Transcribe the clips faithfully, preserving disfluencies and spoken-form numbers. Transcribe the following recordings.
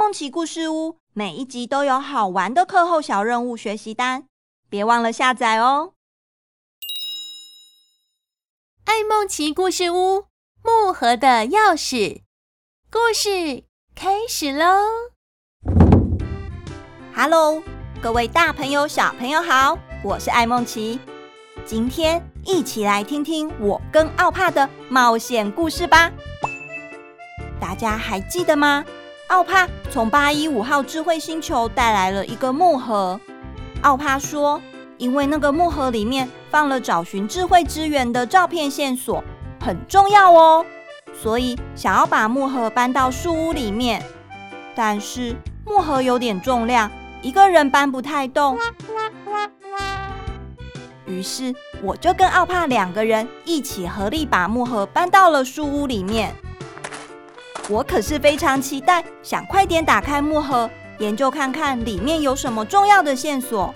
梦奇故事屋每一集都有好玩的课后小任务学习单，别忘了下载哦。 爱梦奇故事屋木盒的钥匙故事开始咯。 Hello， 各位大朋友小朋友好，我是爱梦奇。今天一起来听听我跟奥帕的冒险故事吧。大家还记得吗？奥帕从八一五号智慧星球带来了一个木盒。奥帕说，因为那个木盒里面放了找寻智慧之源的照片线索，很重要哦，所以想要把木盒搬到树屋里面。但是木盒有点重量，一个人搬不太动。于是我就跟奥帕两个人一起合力把木盒搬到了树屋里面。我可是非常期待，想快点打开木盒，研究看看里面有什么重要的线索。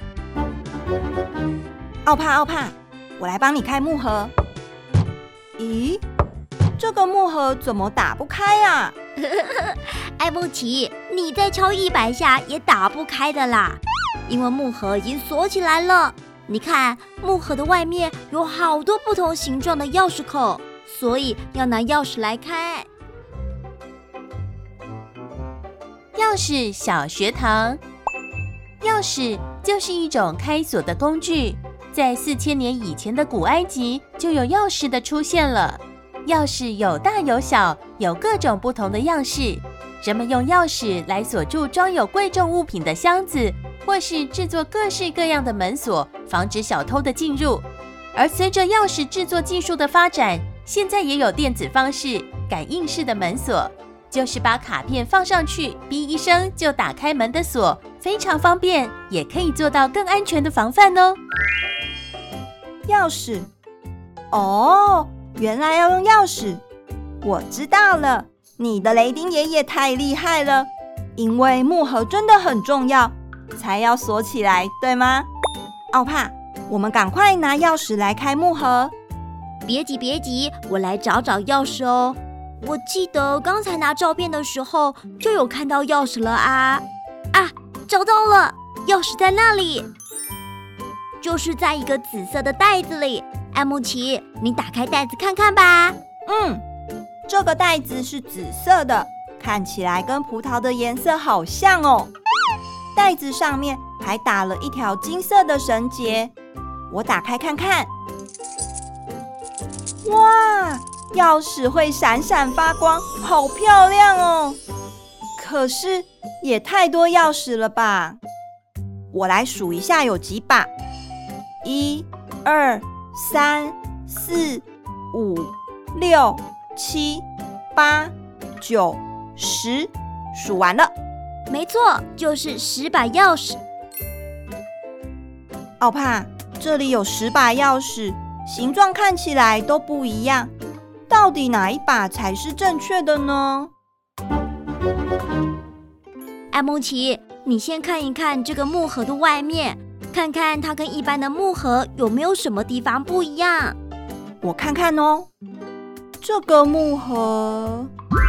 奥帕奥帕，我来帮你开木盒。咦，这个木盒怎么打不开啊？ 爱梦奇，你再敲一百下也打不开的啦，因为木盒已经锁起来了。你看，木盒的外面有好多不同形状的钥匙孔，所以要拿钥匙来开。 钥匙小学堂，钥匙就是一种开锁的工具，在四千年以前的古埃及就有钥匙的出现了。钥匙有大有小，有各种不同的样式。人们用钥匙来锁住装有贵重物品的箱子，或是制作各式各样的门锁，防止小偷的进入。而随着钥匙制作技术的发展，现在也有电子方式感应式的门锁，就是把卡片放上去，哔一声就打开门的锁，非常方便，也可以做到更安全的防范哦。 钥匙，哦，原来要用钥匙，我知道了。你的雷丁爷爷太厉害了，因为木盒真的很重要，才要锁起来，对吗？奥帕，我们赶快拿钥匙来开木盒。 别急别急，我来找找钥匙哦。我记得刚才拿照片的时候就有看到钥匙了啊！啊，找到了，钥匙在那里，就是在一个紫色的袋子里。爱梦奇，你打开袋子看看吧。 嗯，这个袋子是紫色的，看起来跟葡萄的颜色好像哦。袋子上面还打了一条金色的绳结，我打开看看。哇！钥匙会闪闪发光，好漂亮哦！可是也太多钥匙了吧？我来数一下有几把：一、二、三、四、五、六、七、八、九、十，数完了。 没错，就是十把钥匙。 奥帕，这里有十把钥匙，形状看起来都不一样。到底哪一把才是正确的呢？ 爱梦奇，你先看一看这个木盒的外面，看看它跟一般的木盒有没有什么地方不一样。 我看看哦，这个木盒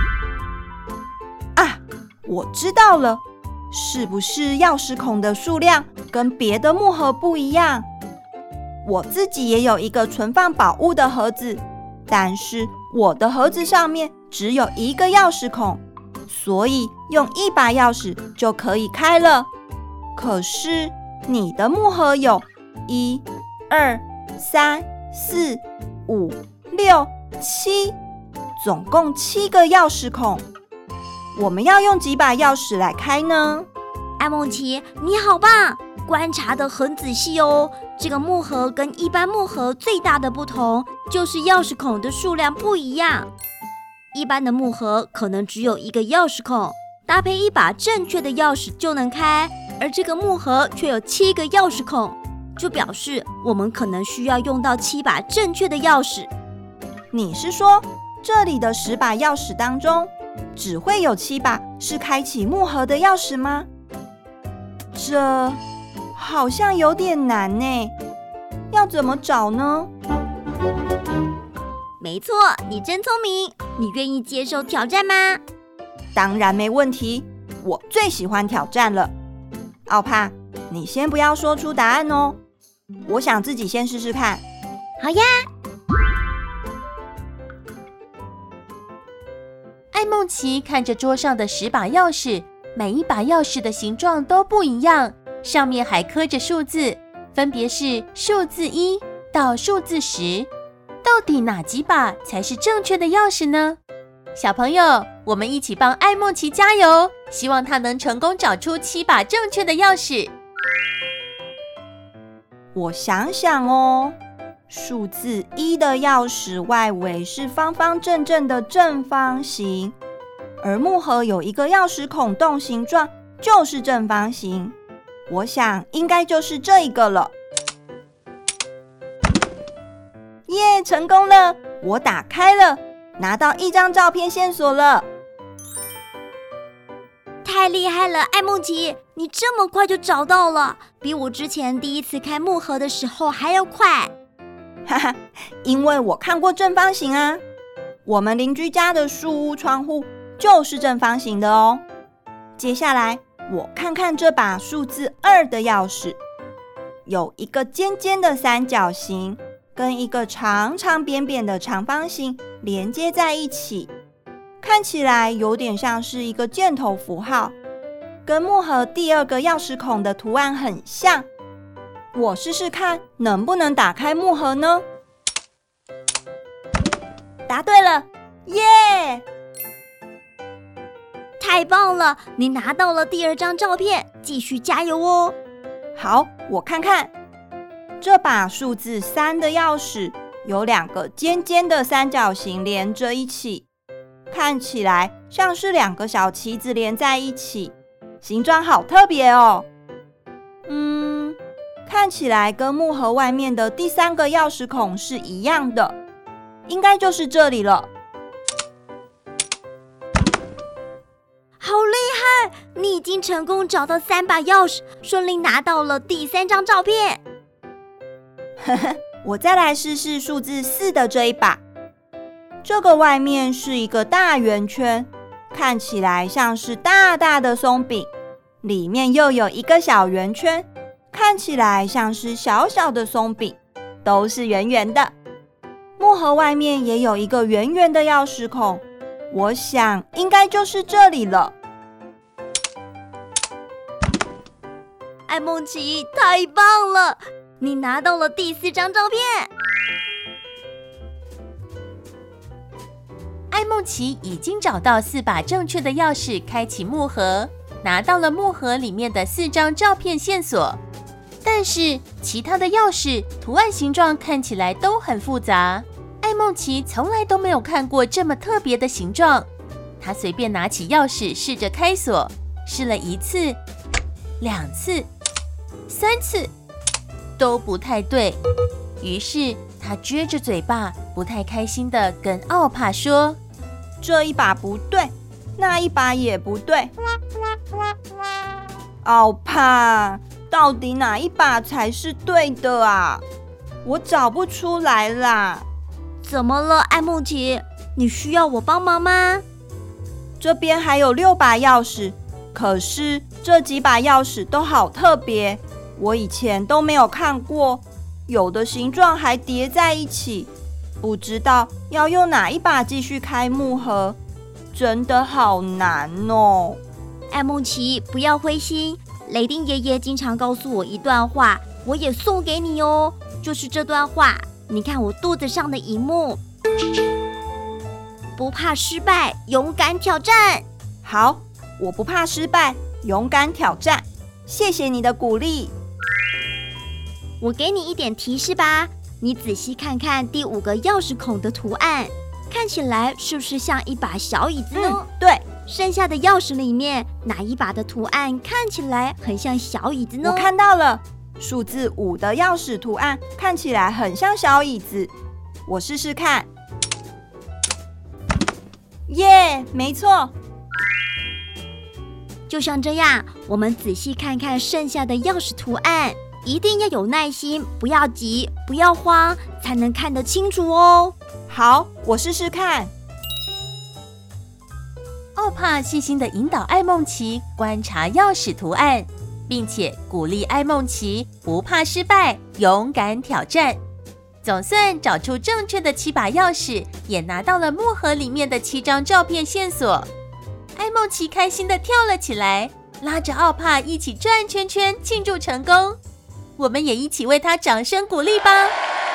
啊，我知道了，是不是钥匙孔的数量跟别的木盒不一样？我自己也有一个存放宝物的盒子，但是我的盒子上面只有一个钥匙孔，所以用一把钥匙就可以开了。可是你的木盒有一、二、三、四、五、六、七，总共七个钥匙孔。我们要用几把钥匙来开呢？ 爱梦奇，你好棒，观察得很仔细哦。这个木盒跟一般木盒最大的不同就是钥匙孔的数量不一样。一般的木盒可能只有一个钥匙孔，搭配一把正确的钥匙就能开，而这个木盒却有七个钥匙孔，就表示我们可能需要用到七把正确的钥匙。 你是说这里的十把钥匙当中，只会有七把是开启木盒的钥匙吗？这好像有点难呢，要怎么找呢？ 没错，你真聪明，你愿意接受挑战吗？ 当然没问题， 我最喜欢挑战了。奥帕，你先不要说出答案哦，我想自己先试试看。 好呀。 艾梦琪看着桌上的十把钥匙，每一把钥匙的形状都不一样，上面还刻着数字，分别是数字一到数字十。到底哪几把才是正确的钥匙呢？小朋友，我们一起帮艾梦琪加油，希望她能成功找出七把正确的钥匙。 我想想哦，数字一的钥匙外围是方方正正的正方形，而木盒有一个钥匙孔洞形状就是正方形，我想应该就是这一个了。耶，成功了！我打开了，拿到一张照片线索了。 太厉害了，艾梦琪，你这么快就找到了，比我之前第一次开木盒的时候还要快。 哈哈，因为我看过正方形啊，我们邻居家的树屋窗户就是正方形的哦。接下来我看看这把数字二的钥匙，有一个尖尖的三角形跟一个长长扁扁的长方形连接在一起，看起来有点像是一个箭头符号，跟木盒第二个钥匙孔的图案很像。我试试看能不能打开木盒呢？答对了，耶！ 太棒了，你拿到了第二张照片，继续加油哦。 好，我看看。这把数字三的钥匙有两个尖尖的三角形连着一起，看起来像是两个小旗子连在一起，形状好特别哦。嗯，看起来跟木盒外面的第三个钥匙孔是一样的，应该就是这里了。 好厉害！你已经成功找到三把钥匙，顺利拿到了第三张照片。 呵呵，我再来试试数字四的这一把。这个外面是一个大圆圈，看起来像是大大的松饼，里面又有一个小圆圈，看起来像是小小的松饼，都是圆圆的。木盒外面也有一个圆圆的钥匙孔，我想应该就是这里了。 艾梦琪，太棒了！你拿到了第四张照片。 艾梦琪已经找到四把正确的钥匙，开启木盒，拿到了木盒里面的四张照片线索。但是其他的钥匙图案形状看起来都很复杂，艾梦琪从来都没有看过这么特别的形状。她随便拿起钥匙试着开锁，试了一次、两次、三次，都不太对。于是他撅着嘴巴，不太开心地跟奥帕说：“ 这一把不对，那一把也不对。奥帕，到底哪一把才是对的啊？我找不出来啦。” 怎么了，艾梦琪？你需要我帮忙吗？ 这边还有六把钥匙，可是这几把钥匙都好特别，我以前都没有看过，有的形状还叠在一起，不知道要用哪一把继续开木盒，真的好难哦。 艾梦琪，不要灰心，雷丁爷爷经常告诉我一段话，我也送给你哦，就是这段话，你看我肚子上的荧幕。不怕失败，勇敢挑战。 好，我不怕失败，勇敢挑战。谢谢你的鼓励。 我给你一点提示吧，你仔细看看第五个钥匙孔的图案，看起来是不是像一把小椅子呢？ 嗯，对。 剩下的钥匙里面，哪一把的图案看起来很像小椅子呢？ 我看到了，数字五的钥匙图案看起来很像小椅子，我试试看。耶，没错。 就像这样，我们仔细看看剩下的钥匙图案，一定要有耐心，不要急，不要慌，才能看得清楚哦。 好，我试试看。 哦， 奥帕细心地引导爱孟奇观察钥匙图案，并且鼓励爱孟奇不怕失败，勇敢挑战。总算找出正确的七把钥匙，也拿到了木盒里面的七张照片线索。爱孟奇开心地跳了起来，拉着奥帕一起转圈圈庆祝成功。我们也一起为他掌声鼓励吧。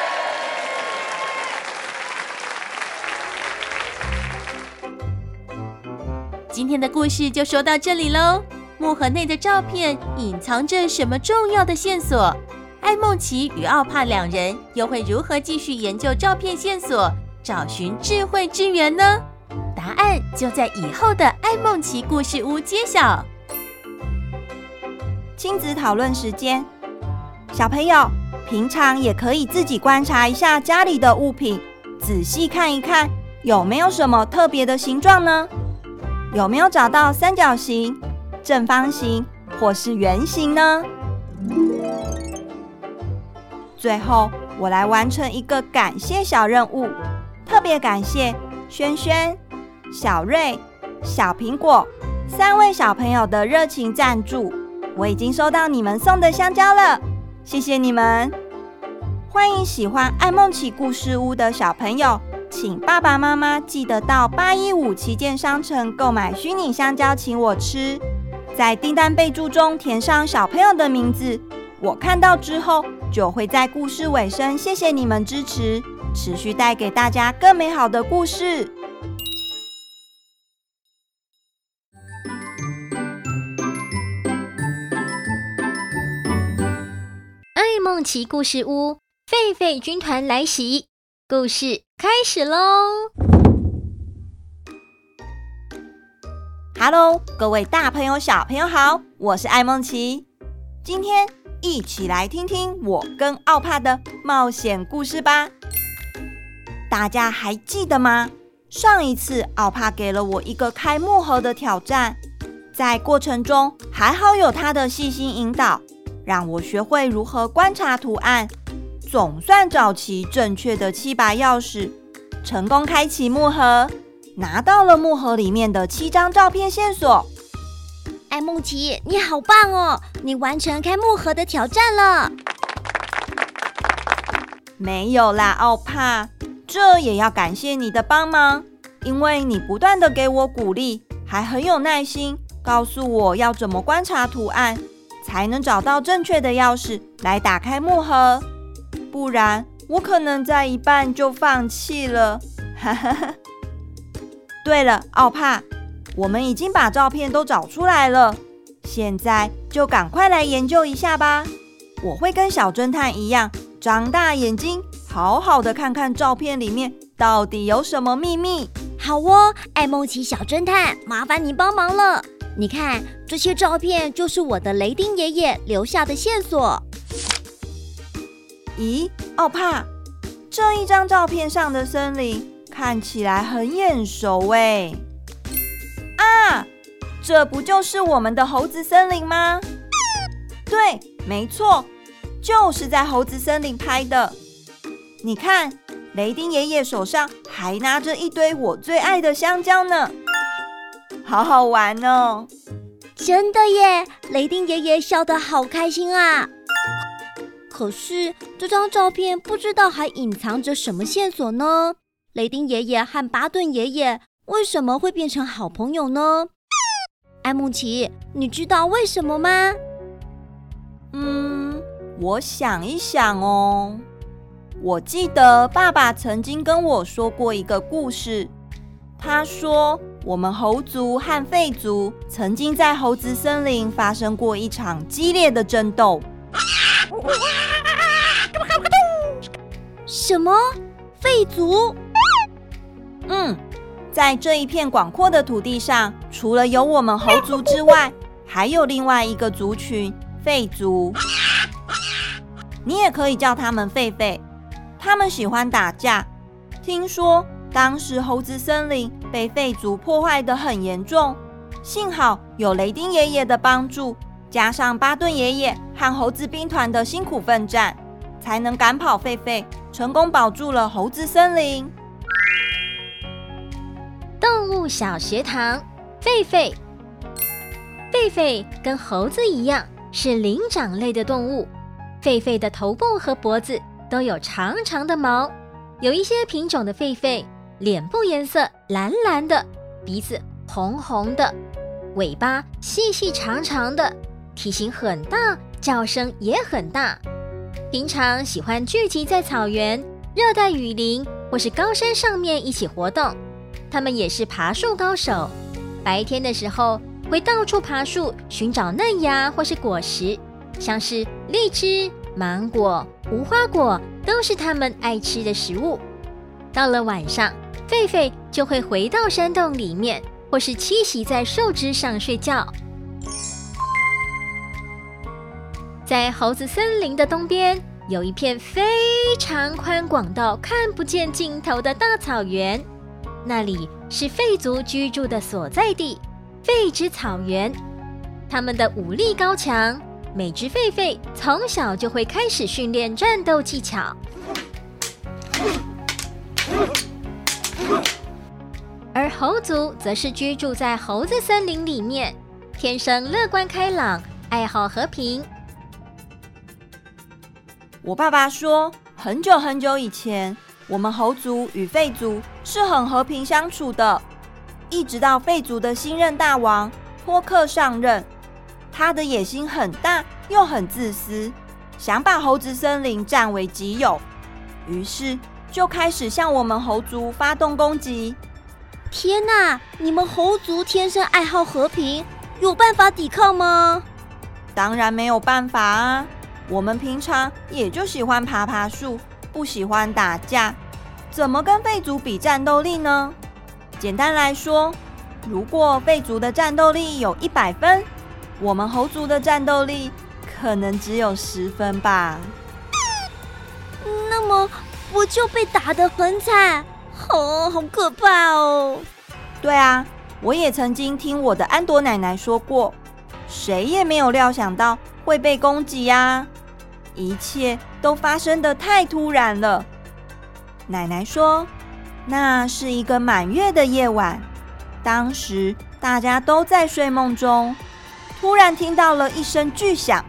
今天的故事就说到这里咯。木盒内的照片隐藏着什么重要的线索？爱孟奇与奥帕两人又会如何继续研究照片线索，找寻智慧之源呢？答案就在以后的爱孟奇故事屋揭晓。 亲子讨论时间，小朋友平常也可以自己观察一下家里的物品，仔细看一看有没有什么特别的形状呢？有没有找到三角形、正方形或是圆形呢？最后，我来完成一个感谢小任务，特别感谢轩轩、小瑞、小苹果三位小朋友的热情赞助。我已经收到你们送的香蕉了，谢谢你们！欢迎喜欢爱孟奇故事屋的小朋友，请爸爸妈妈记得到八一五旗舰商城购买虚拟香蕉请我吃，在订单备注中填上小朋友的名字，我看到之后就会在故事尾声谢谢你们支持，持续带给大家更美好的故事。 爱孟奇故事屋，狒狒军团来袭，故事开始咯。 Hello， 各位大朋友小朋友好，我是爱孟奇，今天一起来听听我跟奥帕的冒险故事吧。大家还记得吗？上一次奥帕给了我一个开木盒的挑战，在过程中还好有他的细心引导，让我学会如何观察图案，总算找齐正确的七把钥匙，成功开启木盒，拿到了木盒里面的七张照片线索。 爱孟奇，你好棒哦！你完成开木盒的挑战了。 没有啦，奥帕，这也要感谢你的帮忙，因为你不断的给我鼓励，还很有耐心，告诉我要怎么观察图案，才能找到正确的钥匙来打开木盒。不然我可能在一半就放弃了。哈哈哈。对了，奥帕，我们已经把照片都找出来了，现在就赶快来研究一下吧。我会跟小侦探一样，张大眼睛，好好的看看照片里面到底有什么秘密。 好哦，爱孟奇小侦探，麻烦你帮忙了。你看，这些照片就是我的雷丁爷爷留下的线索。 咦，奥帕，这一张照片上的森林看起来很眼熟哎。啊，这不就是我们的猴子森林吗？对，没错，就是在猴子森林拍的。你看，雷丁爷爷手上还拿着一堆我最爱的香蕉呢，好好玩哦。 真的耶，雷丁爷爷笑得好开心啊。可是这张照片不知道还隐藏着什么线索呢？雷丁爷爷和巴顿爷爷为什么会变成好朋友呢？爱孟奇，你知道为什么吗？ 嗯，我想一想哦。我记得爸爸曾经跟我说过一个故事，他说我们猴族和狒族曾经在猴子森林发生过一场激烈的争斗。 什么？狒族？ 嗯，在这一片广阔的土地上，除了有我们猴族之外，还有另外一个族群——狒族。你也可以叫他们狒狒。他们喜欢打架。听说当时猴子森林被狒族破坏得很严重，幸好有雷丁爷爷的帮助，加上巴顿爷爷和猴子兵团的辛苦奋战，才能赶跑狒狒，成功保住了猴子森林。 动物小学堂， 狒狒。狒狒跟猴子一样是灵长类的动物，狒狒的头部和脖子都有长长的毛，有一些品种的狒狒脸部颜色蓝蓝的，鼻子红红的，尾巴细细长长的，体型很大，叫声也很大。平常喜欢聚集在草原、热带雨林或是高山上面一起活动。它们也是爬树高手，白天的时候会到处爬树寻找嫩芽或是果实，像是荔枝、芒果、无花果都是它们爱吃的食物。到了晚上，狒狒就会回到山洞里面，或是栖息在树枝上睡觉。在猴子森林的东边，有一片非常宽广到看不见尽头的大草原，那里是狒族居住的所在地，狒之草原。他们的武力高强，每只狒狒从小就会开始训练战斗技巧。而猴族则是居住在猴子森林里面，天生乐观开朗，爱好和平。 我爸爸说，很久很久以前，我们猴族与狒族是很和平相处的，一直到狒族的新任大王托克上任，他的野心很大又很自私，想把猴子森林占为己有，于是就开始向我们猴族发动攻击。 天哪，你们猴族天生爱好和平，有办法抵抗吗？ 当然没有办法啊，我们平常也就喜欢爬爬树，不喜欢打架，怎么跟狒族比战斗力呢？简单来说，如果狒族的战斗力有一百分，我们猴族的战斗力可能只有十分吧。 那么我就被打得很惨，哦，好可怕哦！ 对啊，我也曾经听我的安朵奶奶说过，谁也没有料想到会被攻击啊，一切都发生得太突然了。奶奶说，那是一个满月的夜晚，当时大家都在睡梦中，突然听到了一声巨响，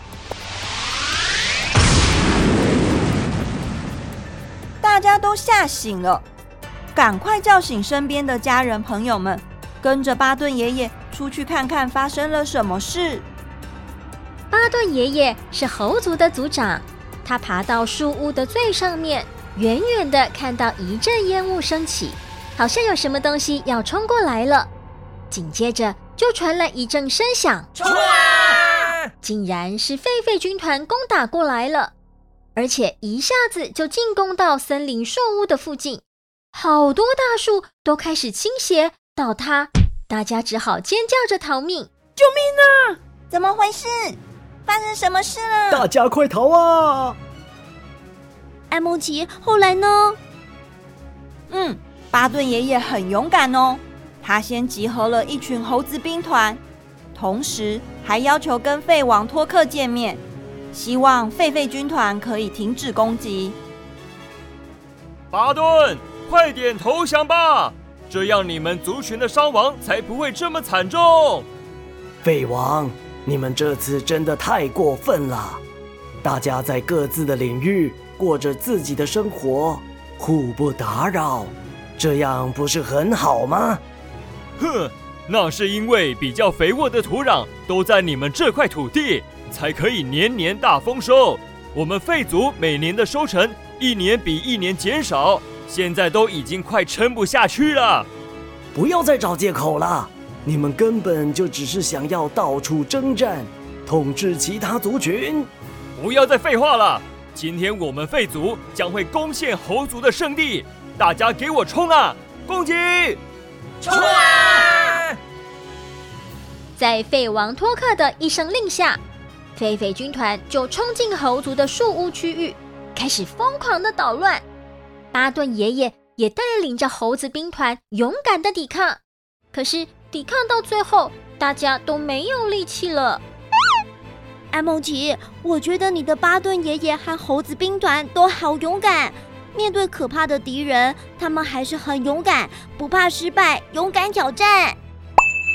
大家都吓醒了，赶快叫醒身边的家人朋友们，跟着巴顿爷爷出去看看发生了什么事。 巴顿爷爷是猴族的族长，他爬到树屋的最上面，远远的看到一阵烟雾升起，好像有什么东西要冲过来了。紧接着就传来一阵声响，冲啊！竟然是狒狒军团攻打过来了，而且一下子就进攻到森林树屋的附近，好多大树都开始倾斜倒塌，大家只好尖叫着逃命。 救命啊！怎么回事？发生什么事了？ 大家快逃啊！ 艾梦琪，后来呢？ 嗯，巴顿爷爷很勇敢哦，他先集合了一群猴子兵团，同时还要求跟狒王托克见面，希望狒狒军团可以停止攻击。 巴顿，快点投降吧，这样你们族群的伤亡才不会这么惨重。 狒王，你们这次真的太过分了！大家在各自的领域过着自己的生活，互不打扰，这样不是很好吗？ 哼，那是因为比较肥沃的土壤都在你们这块土地，才可以年年大丰收。我们狒族每年的收成一年比一年减少，现在都已经快撑不下去了。 不要再找借口了，你们根本就只是想要到处征战，统治其他族群。 不要再废话了，今天我们狒族将会攻陷猴族的圣地，大家给我冲啊！攻击！ 冲啊！ 在狒王托克的一声令下，狒狒军团就冲进猴族的树屋区域，开始疯狂的捣乱。巴顿爷爷也带领着猴子兵团勇敢的抵抗，可是抵抗到最后，大家都没有力气了。 艾梦琪，我觉得你的巴顿爷爷和猴子兵团都好勇敢，面对可怕的敌人，他们还是很勇敢，不怕失败，勇敢挑战。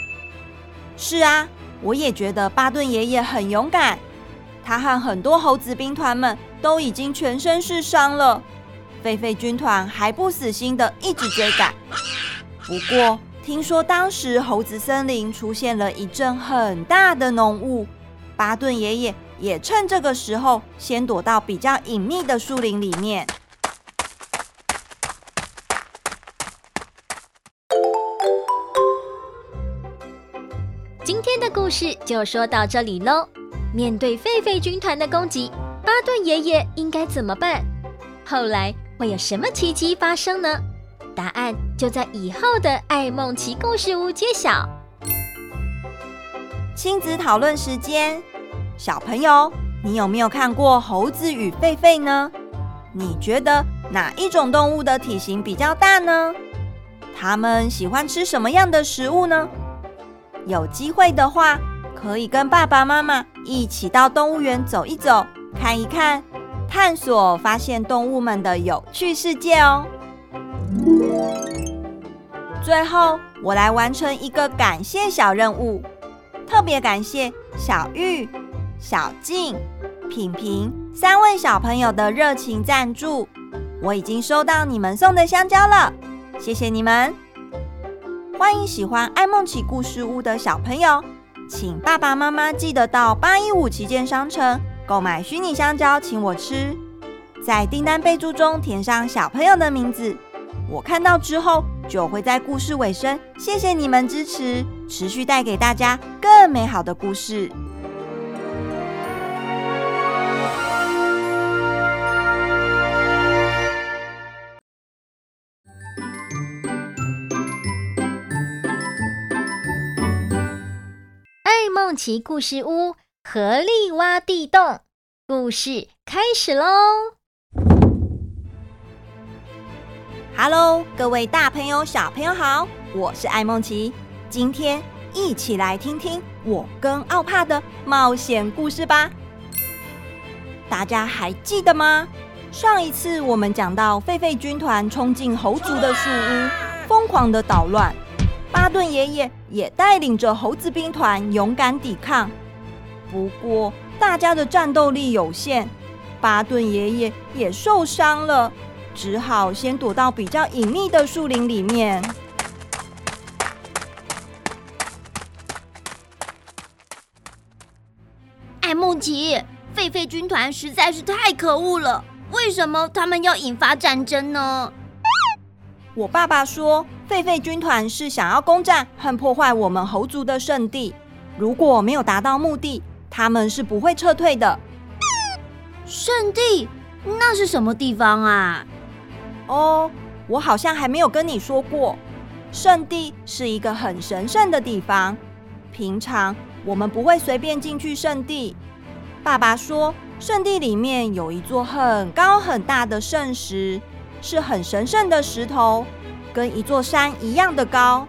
是啊，我也觉得巴顿爷爷很勇敢。他和很多猴子兵团们都已经全身是伤了，狒狒军团还不死心的一直追赶。不过听说当时猴子森林出现了一阵很大的浓雾，巴顿爷爷也趁这个时候先躲到比较隐秘的树林里面。 今天的故事就说到这里咯。面对狒狒军团的攻击，巴顿爷爷应该怎么办？后来会有什么奇迹发生呢？答案就在以后的爱梦奇故事屋揭晓。 亲子讨论时间，小朋友，你有没有看过猴子与狒狒呢？你觉得哪一种动物的体型比较大呢？它们喜欢吃什么样的食物呢？有机会的话，可以跟爸爸妈妈一起到动物园走一走，看一看，探索发现动物们的有趣世界哦。最后，我来完成一个感谢小任务，特别感谢小玉、小静、品品三位小朋友的热情赞助，我已经收到你们送的香蕉了，谢谢你们。欢迎喜欢爱梦奇故事屋的小朋友，请爸爸妈妈记得到八一五旗舰商城购买虚拟香蕉请我吃，在订单备注中填上小朋友的名字，我看到之后就会在故事尾声谢谢你们支持，持续带给大家更美好的故事。 爱梦奇故事屋合力挖地洞，故事开始咯。 Hello， 各位大朋友小朋友好，我是爱梦奇，今天一起来听听我跟奥帕的冒险故事吧。大家还记得吗？上一次我们讲到狒狒军团冲进猴族的树屋，疯狂的捣乱，巴顿爷爷也带领着猴子兵团勇敢抵抗。不过大家的战斗力有限，巴顿爷爷也受伤了，只好先躲到比较隐秘的树林里面。 爱梦奇，狒狒军团实在是太可恶了，为什么他们要引发战争呢？ 我爸爸说，狒狒军团是想要攻占和破坏我们猴族的圣地，如果没有达到目的，他们是不会撤退的。 圣地？那是什么地方啊？ 哦，我好像还没有跟你说过，圣地是一个很神圣的地方，平常我们不会随便进去圣地。爸爸说，圣地里面有一座很高很大的圣石，是很神圣的石头，跟一座山一样的高。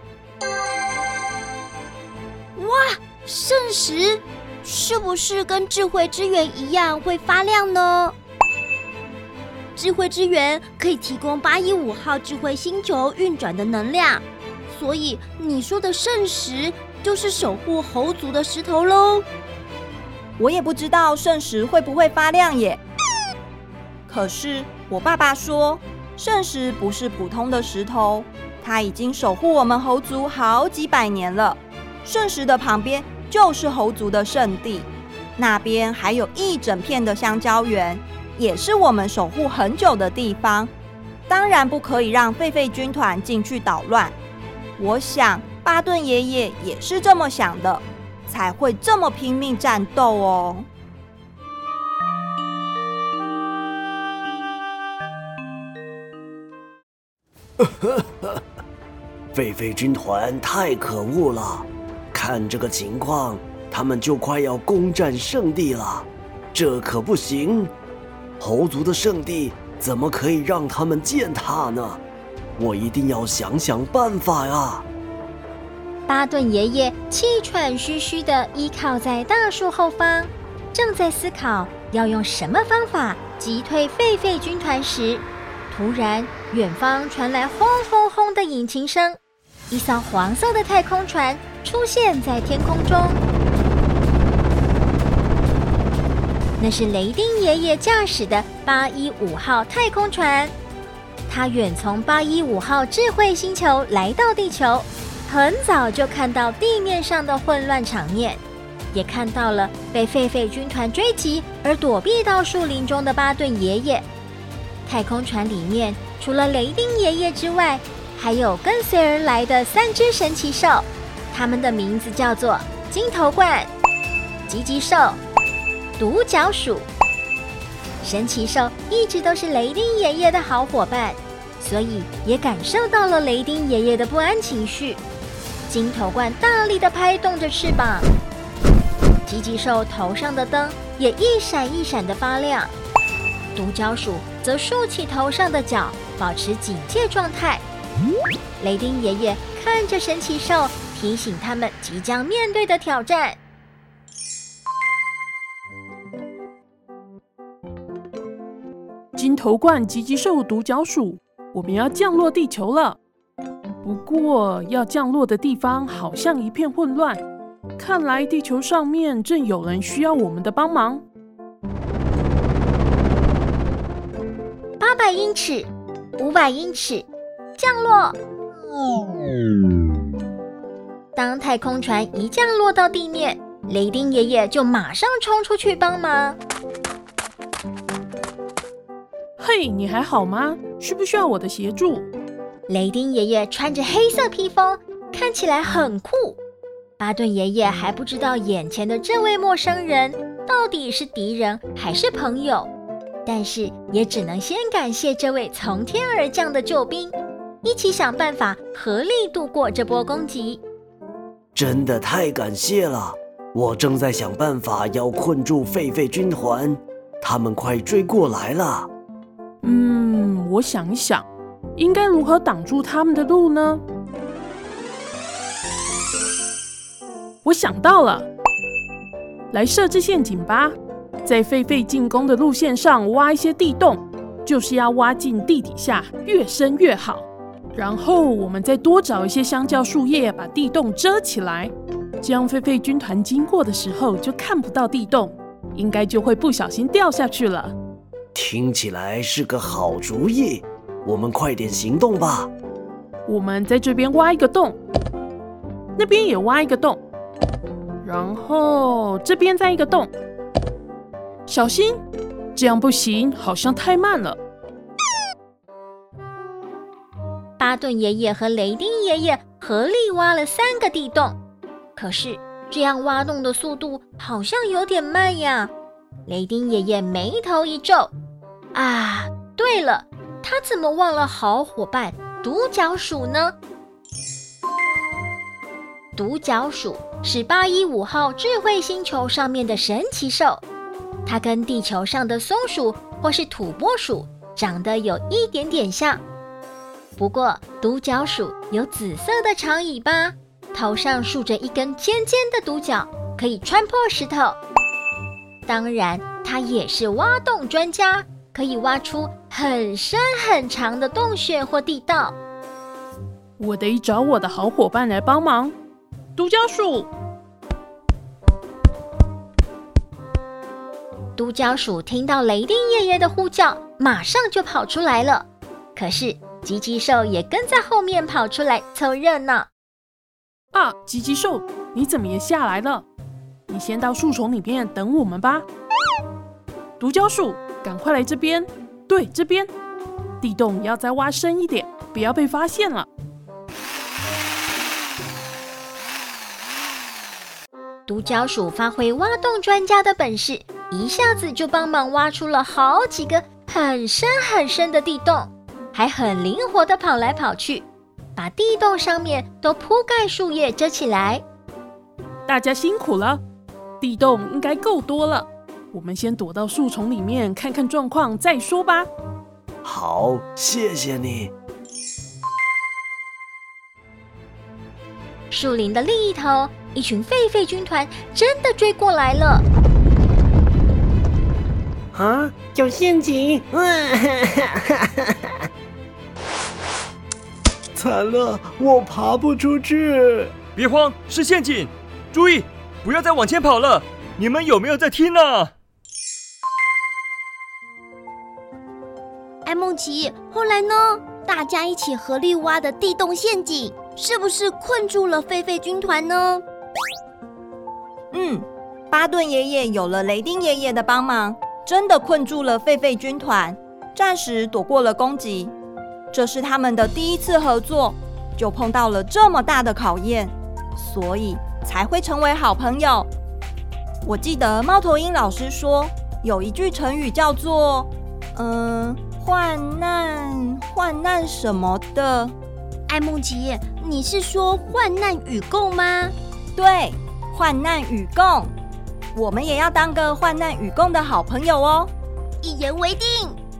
哇，圣石是不是跟智慧之源一样会发亮呢？智慧之源可以提供八一五号智慧星球运转的能量，所以你说的圣石就是守护猴族的石头咯。 我也不知道圣石会不会发亮耶。可是我爸爸说，圣石不是普通的石头，它已经守护我们猴族好几百年了。圣石的旁边就是猴族的圣地，那边还有一整片的香蕉园，也是我们守护很久的地方。当然不可以让狒狒军团进去捣乱。我想巴顿爷爷也是这么想的，才会这么拼命战斗哦。 狒狒军团太可恶了，看这个情况，他们就快要攻占圣地了，这可不行。猴族的圣地怎么可以让他们践踏呢？我一定要想想办法呀！ 巴顿爷爷气喘吁吁地依靠在大树后方，正在思考要用什么方法击退狒狒军团时，突然远方传来轰轰轰的引擎声，一艘黄色的太空船出现在天空中。那是雷丁爷爷驾驶的八一五号太空船，他远从八一五号智慧星球来到地球，很早就看到地面上的混乱场面，也看到了被狒狒军团追击而躲避到树林中的巴顿爷爷。太空船里面除了雷丁爷爷之外，还有跟随而来的三只神奇兽，它们的名字叫做金头冠、吉吉兽、独角鼠。神奇兽一直都是雷丁爷爷的好伙伴，所以也感受到了雷丁爷爷的不安情绪。金头冠大力地拍动着翅膀，吉吉兽头上的灯也一闪一闪地发亮，独角鼠则竖起头上的角，保持警戒状态。雷丁爷爷看着神奇兽，提醒他们即将面对的挑战。 金头冠、吉吉兽、独角鼠，我们要降落地球了。不过要降落的地方好像一片混乱，看来地球上面正有人需要我们的帮忙。 八百英尺，五百英尺，降落。当太空船一降落到地面，雷丁爷爷就马上冲出去帮忙。 嘿，你还好吗？需不需要我的协助？ 雷丁爷爷穿着黑色披风，看起来很酷。巴顿爷爷还不知道眼前的这位陌生人到底是敌人还是朋友，但是也只能先感谢这位从天而降的救兵，一起想办法合力度过这波攻击。 真的太感谢了！我正在想办法要困住狒狒军团，他们快追过来了。 嗯，我想一想，应该如何挡住他们的路呢？我想到了，来设置陷阱吧，在狒狒进攻的路线上挖一些地洞，就是要挖进地底下，越深越好。然后我们再多找一些香蕉树叶，把地洞遮起来，这样狒狒军团经过的时候就看不到地洞，应该就会不小心掉下去了。 听起来是个好主意，我们快点行动吧。 我们在这边挖一个洞，那边也挖一个洞，然后这边再一个洞。小心，这样不行，好像太慢了。 巴顿爷爷和雷丁爷爷合力挖了三个地洞，可是这样挖洞的速度好像有点慢呀。雷丁爷爷眉头一皱，啊，对了，他怎么忘了好伙伴独角鼠呢？独角鼠是八一五号智慧星球上面的神奇兽，它跟地球上的松鼠或是土拨鼠长得有一点点像。不过独角鼠有紫色的长尾巴，头上竖着一根尖尖的独角，可以穿破石头。当然，它也是挖洞专家，可以挖出很深很长的洞穴或地道。 我得找我的好伙伴来帮忙。独角鼠， 独角鼠听到雷丁爷爷的呼叫，马上就跑出来了。可是吉吉兽也跟在后面跑出来凑热闹。 啊，吉吉兽，你怎么也下来了？你先到树丛里面等我们吧。独角鼠，赶快来这边。对，这边。地洞要再挖深一点，不要被发现了。 独角鼠发挥挖洞专家的本事，一下子就帮忙挖出了好几个很深很深的地洞，还很灵活地跑来跑去，把地洞上面都铺盖树叶遮起来。 大家辛苦了，地洞应该够多了，我们先躲到树丛里面看看状况再说吧。 好，谢谢你。 树林的另一头，一群狒狒军团真的追过来了。 啊，有陷阱！ 惨了，我爬不出去。 别慌，是陷阱！注意，不要再往前跑了！你们有没有在听呢？ 艾梦琪，后来呢？大家一起合力挖的地洞陷阱，是不是困住了狒狒军团呢？ 嗯，巴顿爷爷有了雷丁爷爷的帮忙，真的困住了狒狒军团，暂时躲过了攻击。这是他们的第一次合作，就碰到了这么大的考验，所以才会成为好朋友。我记得猫头鹰老师说，有一句成语叫做“嗯、呃，患难患难什么的”。 艾梦琪，你是说患难与共吗？ 对，患难与共，我们也要当个患难与共的好朋友哦。 一言为定。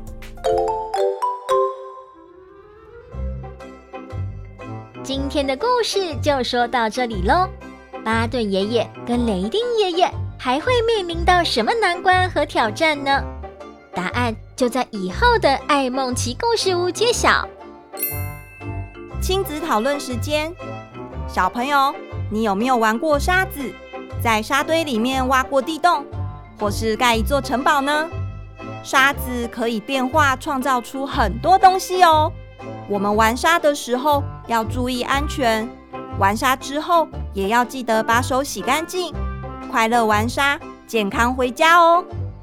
今天的故事就说到这里咯。巴顿爷爷跟雷丁爷爷还会面临到什么难关和挑战呢？答案就在以后的爱梦奇故事屋揭晓。 亲子讨论时间，小朋友，你有没有玩过沙子，在沙堆里面挖过地洞，或是盖一座城堡呢？沙子可以变化，创造出很多东西哦。我们玩沙的时候要注意安全，玩沙之后也要记得把手洗干净。快乐玩沙，健康回家哦。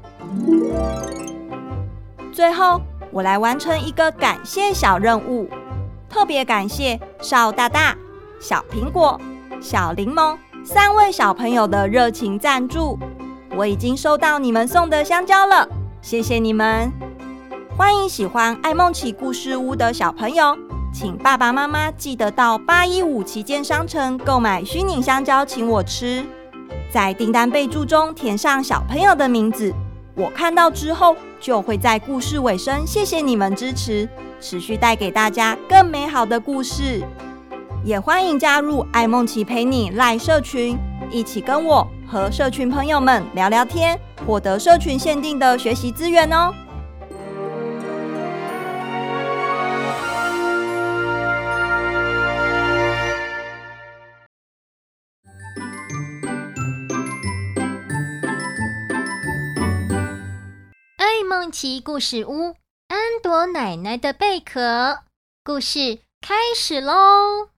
最后，我来完成一个感谢小任务，特别感谢邵大大、小苹果、小柠檬三位小朋友的热情赞助。我已经收到你们送的香蕉了，谢谢你们。欢迎喜欢爱梦奇故事屋的小朋友，请爸爸妈妈记得到八一五旗舰商城购买虚拟香蕉请我吃，在订单备注中填上小朋友的名字，我看到之后就会在故事尾声谢谢你们支持，持续带给大家更美好的故事。也欢迎加入爱梦奇陪你赖社群，一起跟我和社群朋友们聊聊天，获得社群限定的学习资源哦。 爱梦奇故事屋，安朵奶奶的贝壳故事开始喽！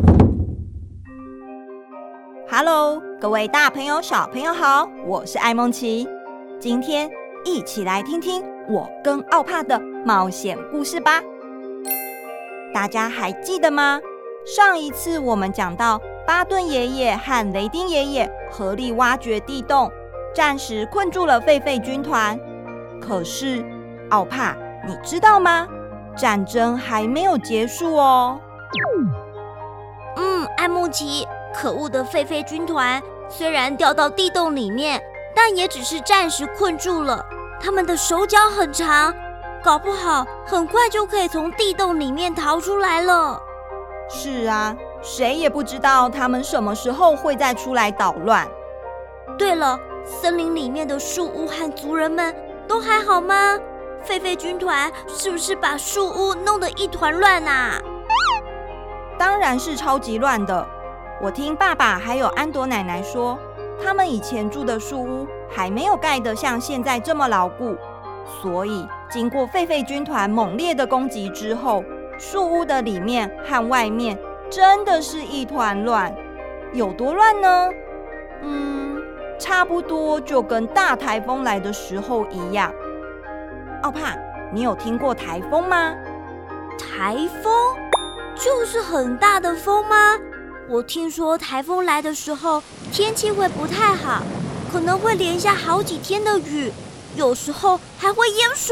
Hello， 各位大朋友、小朋友好，我是爱梦奇。今天一起来听听我跟奥帕的冒险故事吧。大家还记得吗？上一次我们讲到巴顿爷爷和雷丁爷爷合力挖掘地洞，暂时困住了狒狒军团。可是，奥帕，你知道吗？战争还没有结束哦。 嗯，爱梦奇，可恶的狒狒军团虽然掉到地洞里面，但也只是暂时困住了。他们的手脚很长，搞不好很快就可以从地洞里面逃出来了。 是啊，谁也不知道他们什么时候会再出来捣乱。 对了，森林里面的树屋和族人们都还好吗？狒狒军团是不是把树屋弄得一团乱啊？ 当然是超级乱的。我听爸爸还有安朵奶奶说，他们以前住的树屋还没有盖得像现在这么牢固，所以经过狒狒军团猛烈的攻击之后，树屋的里面和外面真的是一团乱。有多乱呢？嗯，差不多就跟大台风来的时候一样。奥帕，你有听过台风吗？ 台风就是很大的风吗？我听说台风来的时候天气会不太好，可能会连下好几天的雨，有时候还会淹水。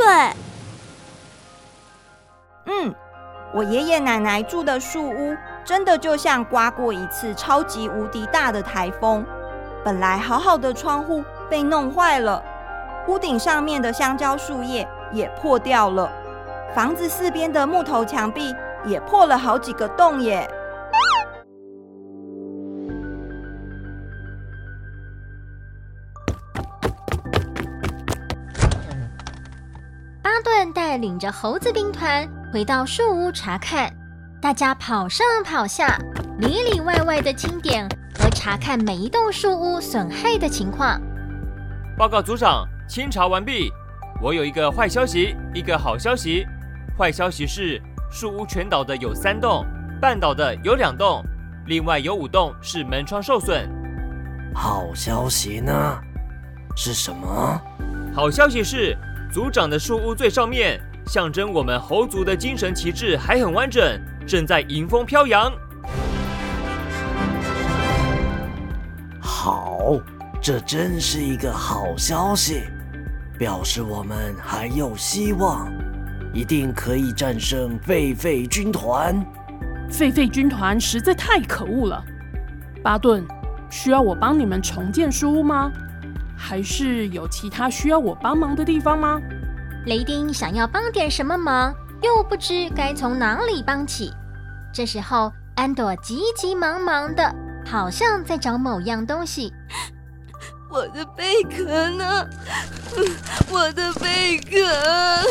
嗯，我爷爷奶奶住的树屋真的就像刮过一次超级无敌大的台风，本来好好的窗户被弄坏了，屋顶上面的香蕉树叶也破掉了，房子四边的木头墙壁也破了好几个洞耶。 巴顿带领着猴子兵团回到树屋查看， 大家跑上跑下，里里外外的清点和查看每一栋树屋损害的情况。 报告组长，清查完毕。我有一个坏消息，一个好消息。坏消息是，树屋全倒的有三栋，半倒的有两栋，另外有五栋是门窗受损。 好消息呢？是什么？ 好消息是，组长的树屋最上面，象征我们猴族的精神旗帜还很完整，正在迎风飘扬。 好，这真是一个好消息，表示我们还有希望，一定可以战胜狒狒军团。 狒狒军团实在太可恶了。巴顿，需要我帮你们重建书屋吗？还是有其他需要我帮忙的地方吗？ 雷丁想要帮点什么忙，又不知该从哪里帮起。这时候，安朵急急忙忙的，好像在找某样东西。 我的贝壳呢？我的贝壳！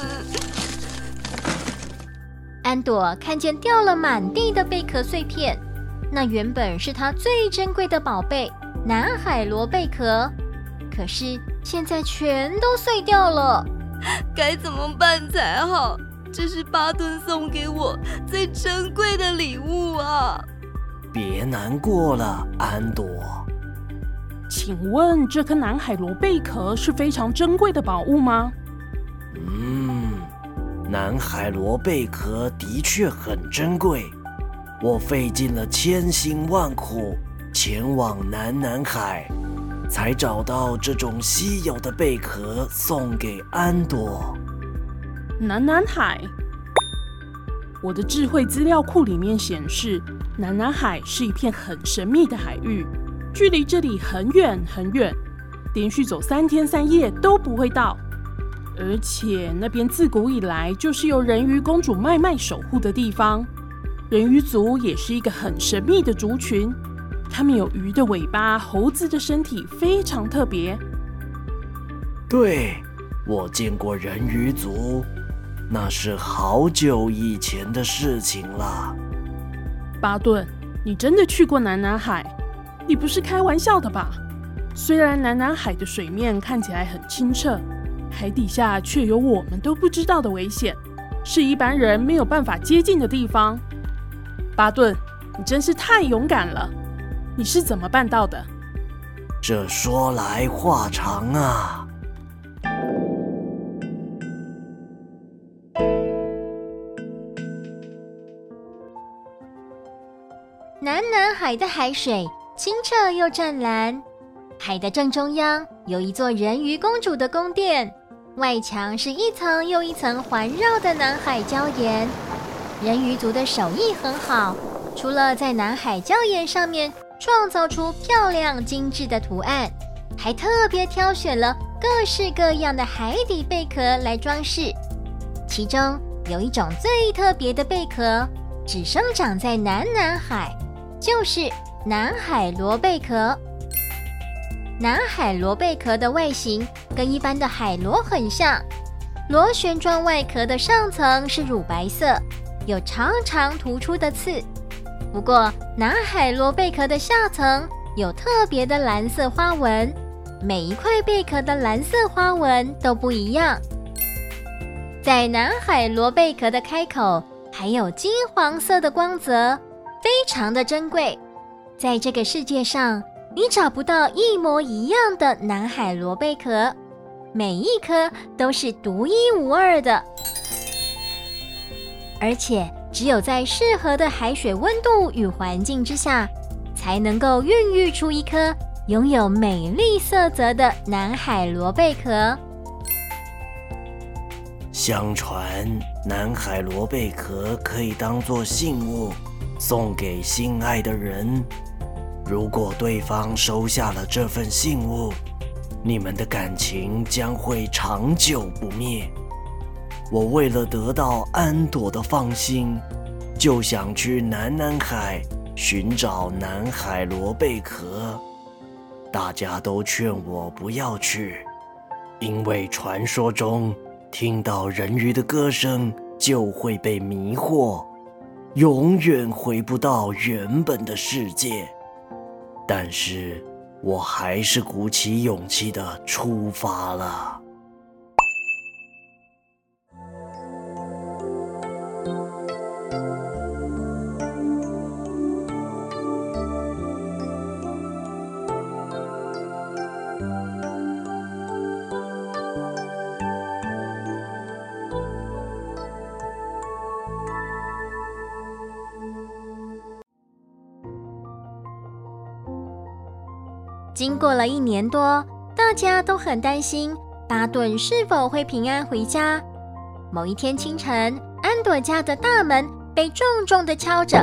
安朵看见掉了满地的贝壳碎片，那原本是她最珍贵的宝贝——南海螺贝壳，可是现在全都碎掉了。 该怎么办才好？这是巴顿送给我最珍贵的礼物啊！ 别难过了，安朵。 请问这颗南海螺贝壳是非常珍贵的宝物吗？ 嗯，南海螺贝壳的确很珍贵，我费尽了千辛万苦前往南南海，才找到这种稀有的贝壳送给安朵。 南南海，我的智慧资料库里面显示，南南海是一片很神秘的海域，距离这里很远很远，连续走三天三夜都不会到。而且那边自古以来就是由人鱼公主麦麦守护的地方。人鱼族也是一个很神秘的族群，他们有鱼的尾巴，猴子的身体，非常特别。 对，我见过人鱼族，那是好久以前的事情了。 巴顿，你真的去过南南海？你不是开玩笑的吧？虽然南南海的水面看起来很清澈，海底下却有我们都不知道的危险，是一般人没有办法接近的地方。巴顿，你真是太勇敢了！你是怎么办到的？ 这说来话长啊。 南南海的海水清澈又湛蓝，海的正中央有一座人鱼公主的宫殿，外墙是一层又一层环绕的南海礁岩。人鱼族的手艺很好，除了在南海礁岩上面创造出漂亮精致的图案，还特别挑选了各式各样的海底贝壳来装饰。其中有一种最特别的贝壳，只生长在南南海，就是南海螺贝壳。南海螺贝壳的外形跟一般的海螺很像，螺旋状外壳的上层是乳白色，有长长突出的刺。不过南海螺贝壳的下层有特别的蓝色花纹，每一块贝壳的蓝色花纹都不一样。在南海螺贝壳的开口还有金黄色的光泽，非常的珍贵。在这个世界上，你找不到一模一样的南海螺贝壳，每一颗都是独一无二的，而且只有在适合的海水温度与环境之下，才能够孕育出一颗拥有美丽色泽的南海螺贝壳。 相传南海螺贝壳可以当作信物送给心爱的人，如果对方收下了这份信物，你们的感情将会长久不灭。我为了得到安朵的芳心，就想去南南海寻找南海螺贝壳，大家都劝我不要去，因为传说中听到人鱼的歌声就会被迷惑。 永远回不到原本的世界。但是我还是鼓起勇气地出发了。 经过了一年多，大家都很担心巴顿是否会平安回家。某一天清晨，安朵家的大门被重重地敲着。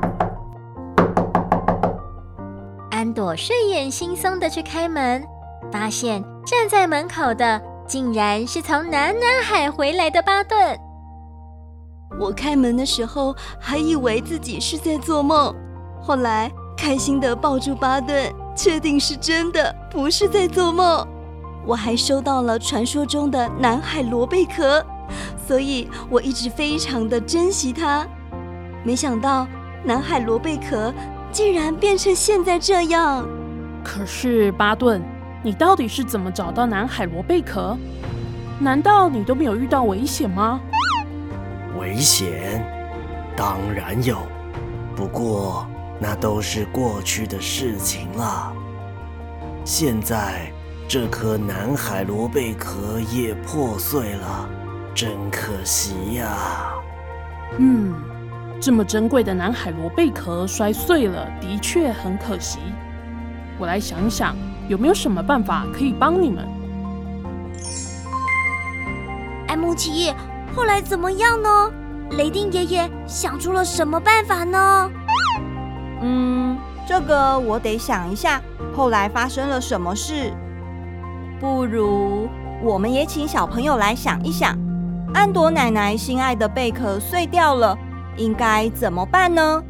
安朵睡眼惺忪地去开门，发现站在门口的竟然是从南南海回来的巴顿。 我开门的时候还以为自己是在做梦，后来开心地抱住巴顿，确定是真的，不是在做梦。我还收到了传说中的南海螺贝壳，所以我一直非常的珍惜它。没想到南海螺贝壳竟然变成现在这样。 可是巴顿，你到底是怎么找到南海螺贝壳？难道你都没有遇到危险吗？ 危险？当然有，不过那都是过去的事情了。现在这颗南海螺贝壳也破碎了，真可惜呀、啊。 嗯，这么珍贵的南海螺贝壳摔碎了，的确很可惜。我来想想，有没有什么办法可以帮你们？ 艾梦琪，后来怎么样呢？雷丁爷爷想出了什么办法呢？ 嗯，这个我得想一下，后来发生了什么事。不如我们也请小朋友来想一想，安朵奶奶心爱的贝壳碎掉了，应该怎么办呢？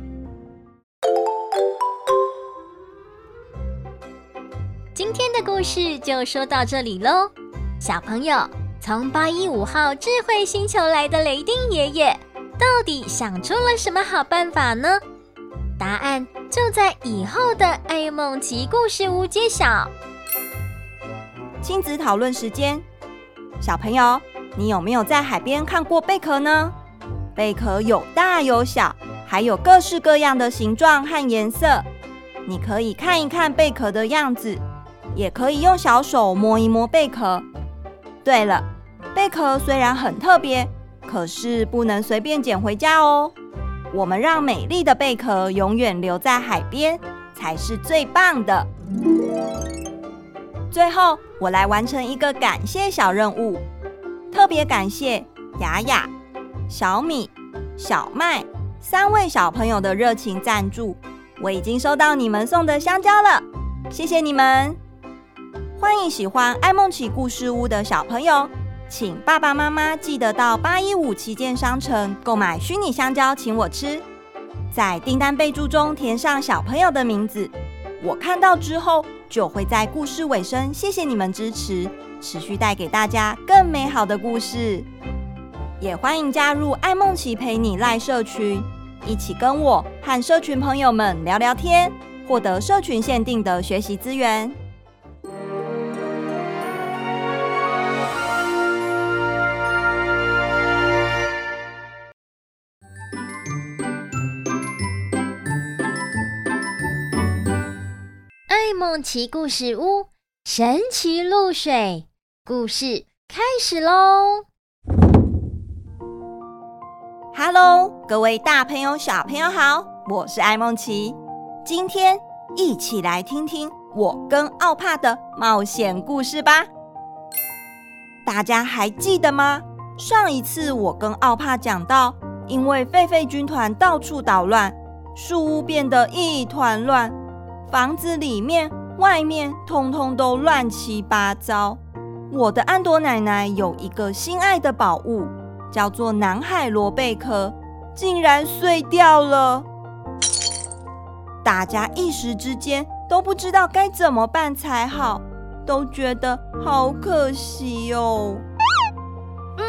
今天的故事就说到这里咯。小朋友，从八一五号智慧星球来的雷丁爷爷到底想出了什么好办法呢？答案就在以后的爱梦奇故事屋揭晓。 亲子讨论时间，小朋友，你有没有在海边看过贝壳呢？贝壳有大有小，还有各式各样的形状和颜色。你可以看一看贝壳的样子，也可以用小手摸一摸贝壳。对了，贝壳虽然很特别，可是不能随便捡回家哦。我们让美丽的贝壳永远留在海边，才是最棒的。最后，我来完成一个感谢小任务，特别感谢雅雅、小米、小麦三位小朋友的热情赞助。我已经收到你们送的香蕉了，谢谢你们！欢迎喜欢爱梦奇故事屋的小朋友，请爸爸妈妈记得到八一五旗舰商城购买虚拟香蕉请我吃，在订单备注中填上小朋友的名字，我看到之后就会在故事尾声谢谢你们支持，持续带给大家更美好的故事。也欢迎加入爱梦奇陪你赖社群，一起跟我和社群朋友们聊聊天，获得社群限定的学习资源。 爱梦奇故事屋神奇露水故事开始咯。 Hello， 各位大朋友小朋友好，我是爱梦奇。今天一起来听听我跟奥帕的冒险故事吧。大家还记得吗？上一次我跟奥帕讲到，因为狒狒军团到处捣乱，树屋变得一团乱，房子里面外面通通都乱七八糟。我的安朵奶奶有一个心爱的宝物，叫做南海螺贝壳，竟然碎掉了。大家一时之间都不知道该怎么办才好，都觉得好可惜哦。 嗯，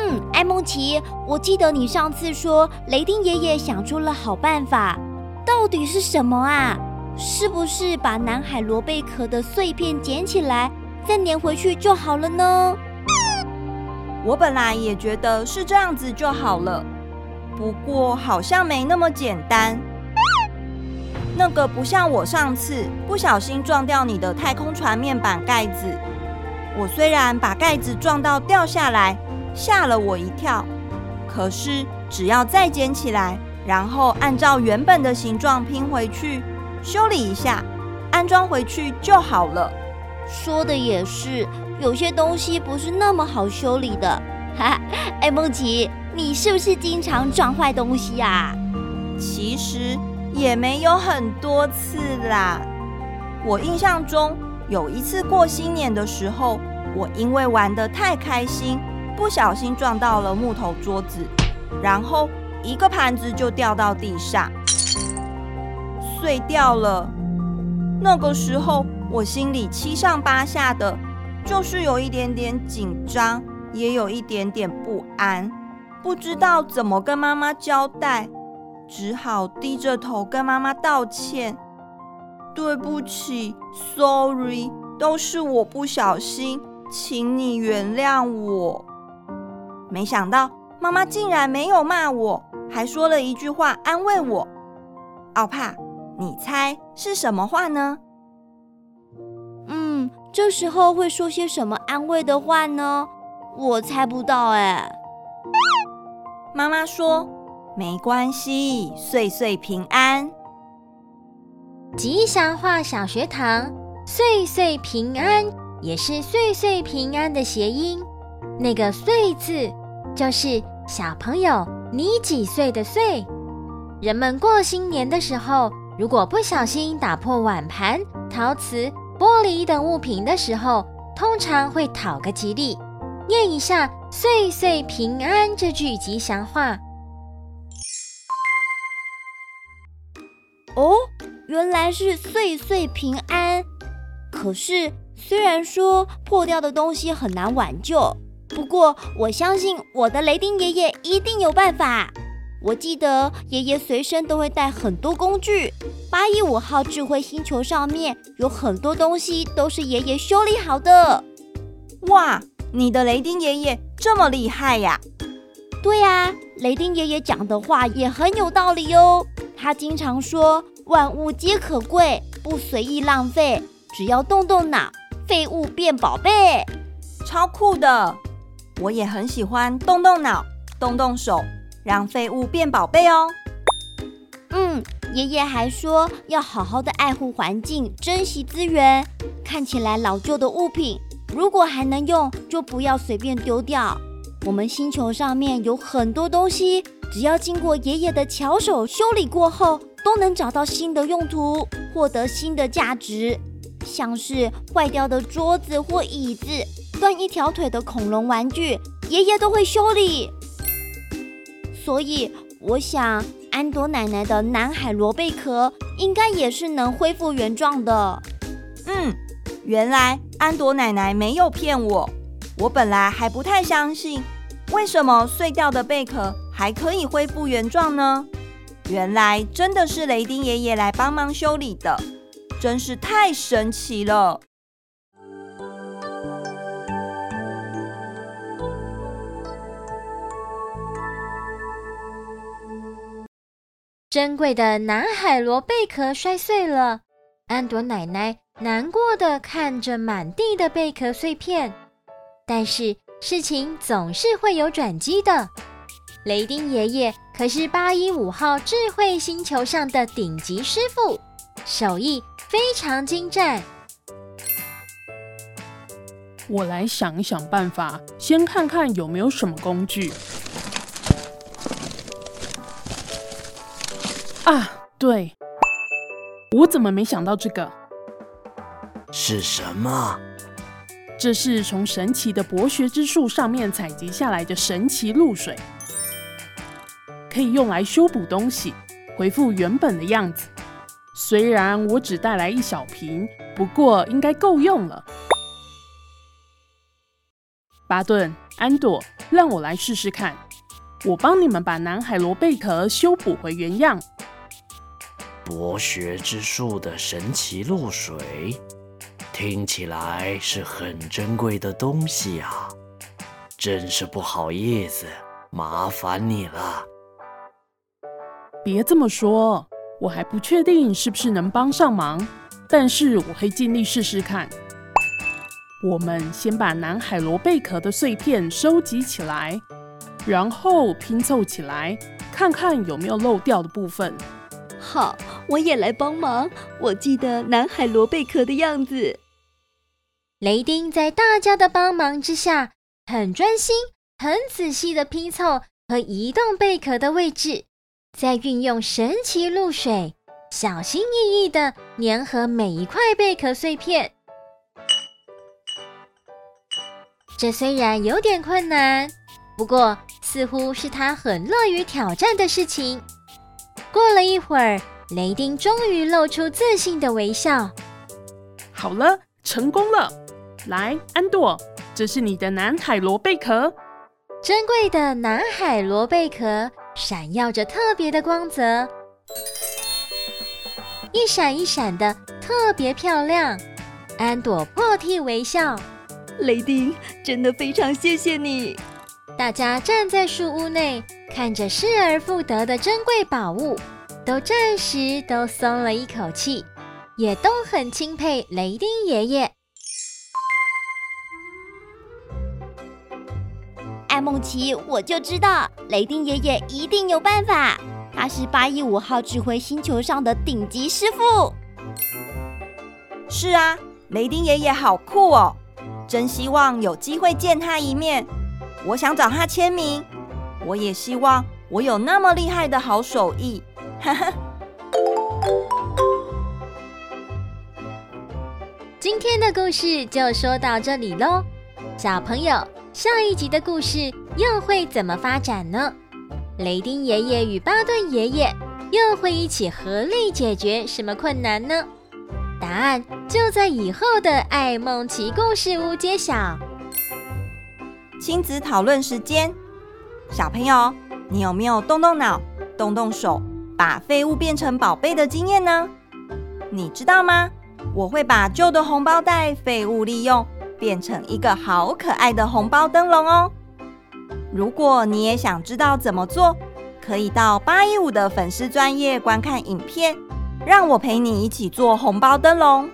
嗯，艾梦琪，我记得你上次说雷丁爷爷想出了好办法，到底是什么啊？是不是把南海螺贝壳的碎片捡起来，再粘回去就好了呢？ 我本来也觉得是这样子就好了，不过好像没那么简单。那个不像我上次不小心撞掉你的太空船面板盖子，我虽然把盖子撞到掉下来，吓了我一跳，可是只要再捡起来，然后按照原本的形状拼回去，修理一下，安装回去就好了。 说的也是，有些东西不是那么好修理的。哈，艾梦琪，你是不是经常撞坏东西啊？ 其实也没有很多次啦。我印象中有一次过新年的时候，我因为玩得太开心，不小心撞到了木头桌子，然后一个盘子就掉到地上，碎掉了。那个时候我心里七上八下的，就是有一点点紧张，也有一点点不安，不知道怎么跟妈妈交代，只好低着头跟妈妈道歉。对不起 ，sorry， 都是我不小心，请你原谅我。没想到妈妈竟然没有骂我，还说了一句话安慰我。奥帕，你猜是什么话呢？ 嗯，这时候会说些什么安慰的话呢？我猜不到哎。 妈妈说，没关系，岁岁平安。 吉祥话小学堂，岁岁平安也是岁岁平安的谐音。那个岁字就是小朋友你几岁的岁。人们过新年的时候，如果不小心打破碗盘、陶瓷、玻璃等物品的时候，通常会讨个吉利，念一下岁岁平安这句吉祥话。 哦，原来是岁岁平安。可是虽然说破掉的东西很难挽救，不过我相信我的雷丁爷爷一定有办法。我记得爷爷随身都会带很多工具，八一五号智慧星球上面有很多东西都是爷爷修理好的。 哇，你的雷丁爷爷这么厉害呀！ 对呀，雷丁爷爷讲的话也很有道理哦。他经常说万物皆可贵，不随意浪费，只要动动脑，废物变宝贝。 超酷的！我也很喜欢动动脑，动动手，让废物变宝贝哦。 嗯，爷爷还说要好好的爱护环境，珍惜资源。看起来老旧的物品，如果还能用，就不要随便丢掉。我们星球上面有很多东西，只要经过爷爷的巧手修理过后，都能找到新的用途，获得新的价值。像是坏掉的桌子或椅子，断一条腿的恐龙玩具，爷爷都会修理。所以我想安朵奶奶的南海螺贝壳应该也是能恢复原状的。 嗯，原来安朵奶奶没有骗我，我本来还不太相信，为什么碎掉的贝壳还可以恢复原状呢？原来真的是雷丁爷爷来帮忙修理的，真是太神奇了。 珍贵的南海螺贝壳摔碎了，安朵奶奶难过地看着满地的贝壳碎片。但是事情总是会有转机的。雷丁爷爷可是八一五号智慧星球上的顶级师傅，手艺非常精湛。 我来想一想办法，先看看有没有什么工具。啊，对，我怎么没想到这个？ 是什么？ 这是从神奇的博学之树上面采集下来的神奇露水，可以用来修补东西，恢复原本的样子。虽然我只带来一小瓶，不过应该够用了。巴顿、安朵、 让我来试试看。我帮你们把南海螺贝壳修补回原样。 博学之术的神奇露水，听起来是很珍贵的东西啊！真是不好意思，麻烦你了。 别这么说，我还不确定是不是能帮上忙，但是我会尽力试试看。我们先把南海螺贝壳的碎片收集起来，然后拼凑起来，看看有没有漏掉的部分。 好，我也来帮忙。我记得南海螺贝壳的样子。 雷丁在大家的帮忙之下，很专心、很仔细的拼凑和移动贝壳的位置，再运用神奇露水，小心翼翼地粘合每一块贝壳碎片。这虽然有点困难，不过似乎是他很乐于挑战的事情。过了一会儿，雷丁终于露出自信的微笑。 好了，成功了！来，安朵，这是你的南海螺贝壳。 珍贵的南海螺贝壳闪耀着特别的光泽，一闪一闪的，特别漂亮。安朵破涕为笑。 雷丁，真的非常谢谢你。 大家站在树屋内，看着失而复得的珍贵宝物，都暂时都松了一口气，也都很钦佩雷丁爷爷。 艾梦琪，我就知道雷丁爷爷一定有办法，他是八一五号智慧星球上的顶级师傅。 是啊，雷丁爷爷好酷哦，真希望有机会见他一面。我想找他签名，我也希望我有那么厉害的好手艺。哈哈。 今天的故事就说到这里咯，小朋友，下一集的故事又会怎么发展呢？雷丁爷爷与巴顿爷爷又会一起合力解决什么困难呢？答案就在以后的爱梦奇故事屋揭晓。 亲子讨论时间，小朋友，你有没有动动脑、动动手，把废物变成宝贝的经验呢？你知道吗？我会把旧的红包袋废物利用，变成一个好可爱的红包灯笼哦。如果你也想知道怎么做，可以到八一五的粉丝专页观看影片，让我陪你一起做红包灯笼。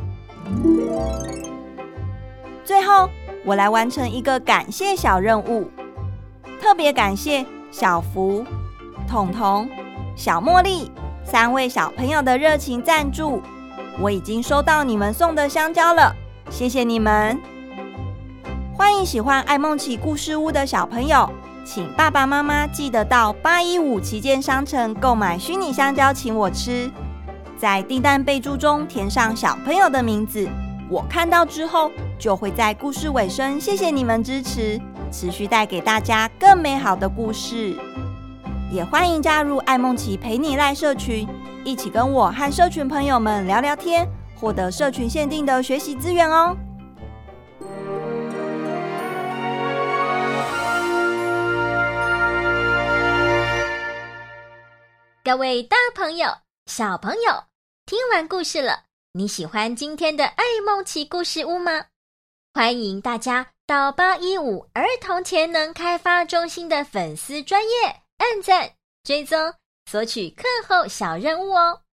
最后，我来完成一个感谢小任务，特别感谢小福、彤彤、小茉莉三位小朋友的热情赞助。我已经收到你们送的香蕉了，谢谢你们！欢迎喜欢爱梦奇故事屋的小朋友，请爸爸妈妈记得到八一五旗舰商城购买虚拟香蕉请我吃，在订单备注中填上小朋友的名字，我看到之后就会在故事尾声谢谢你们支持，持续带给大家更美好的故事。也欢迎加入爱梦奇陪你赖社群，一起跟我和社群朋友们聊聊天，获得社群限定的学习资源哦。 各位大朋友、小朋友，听完故事了，你喜欢今天的爱梦奇故事屋吗？欢迎大家到八一五儿童潜能开发中心的粉丝专页按赞、追踪，索取课后小任务哦。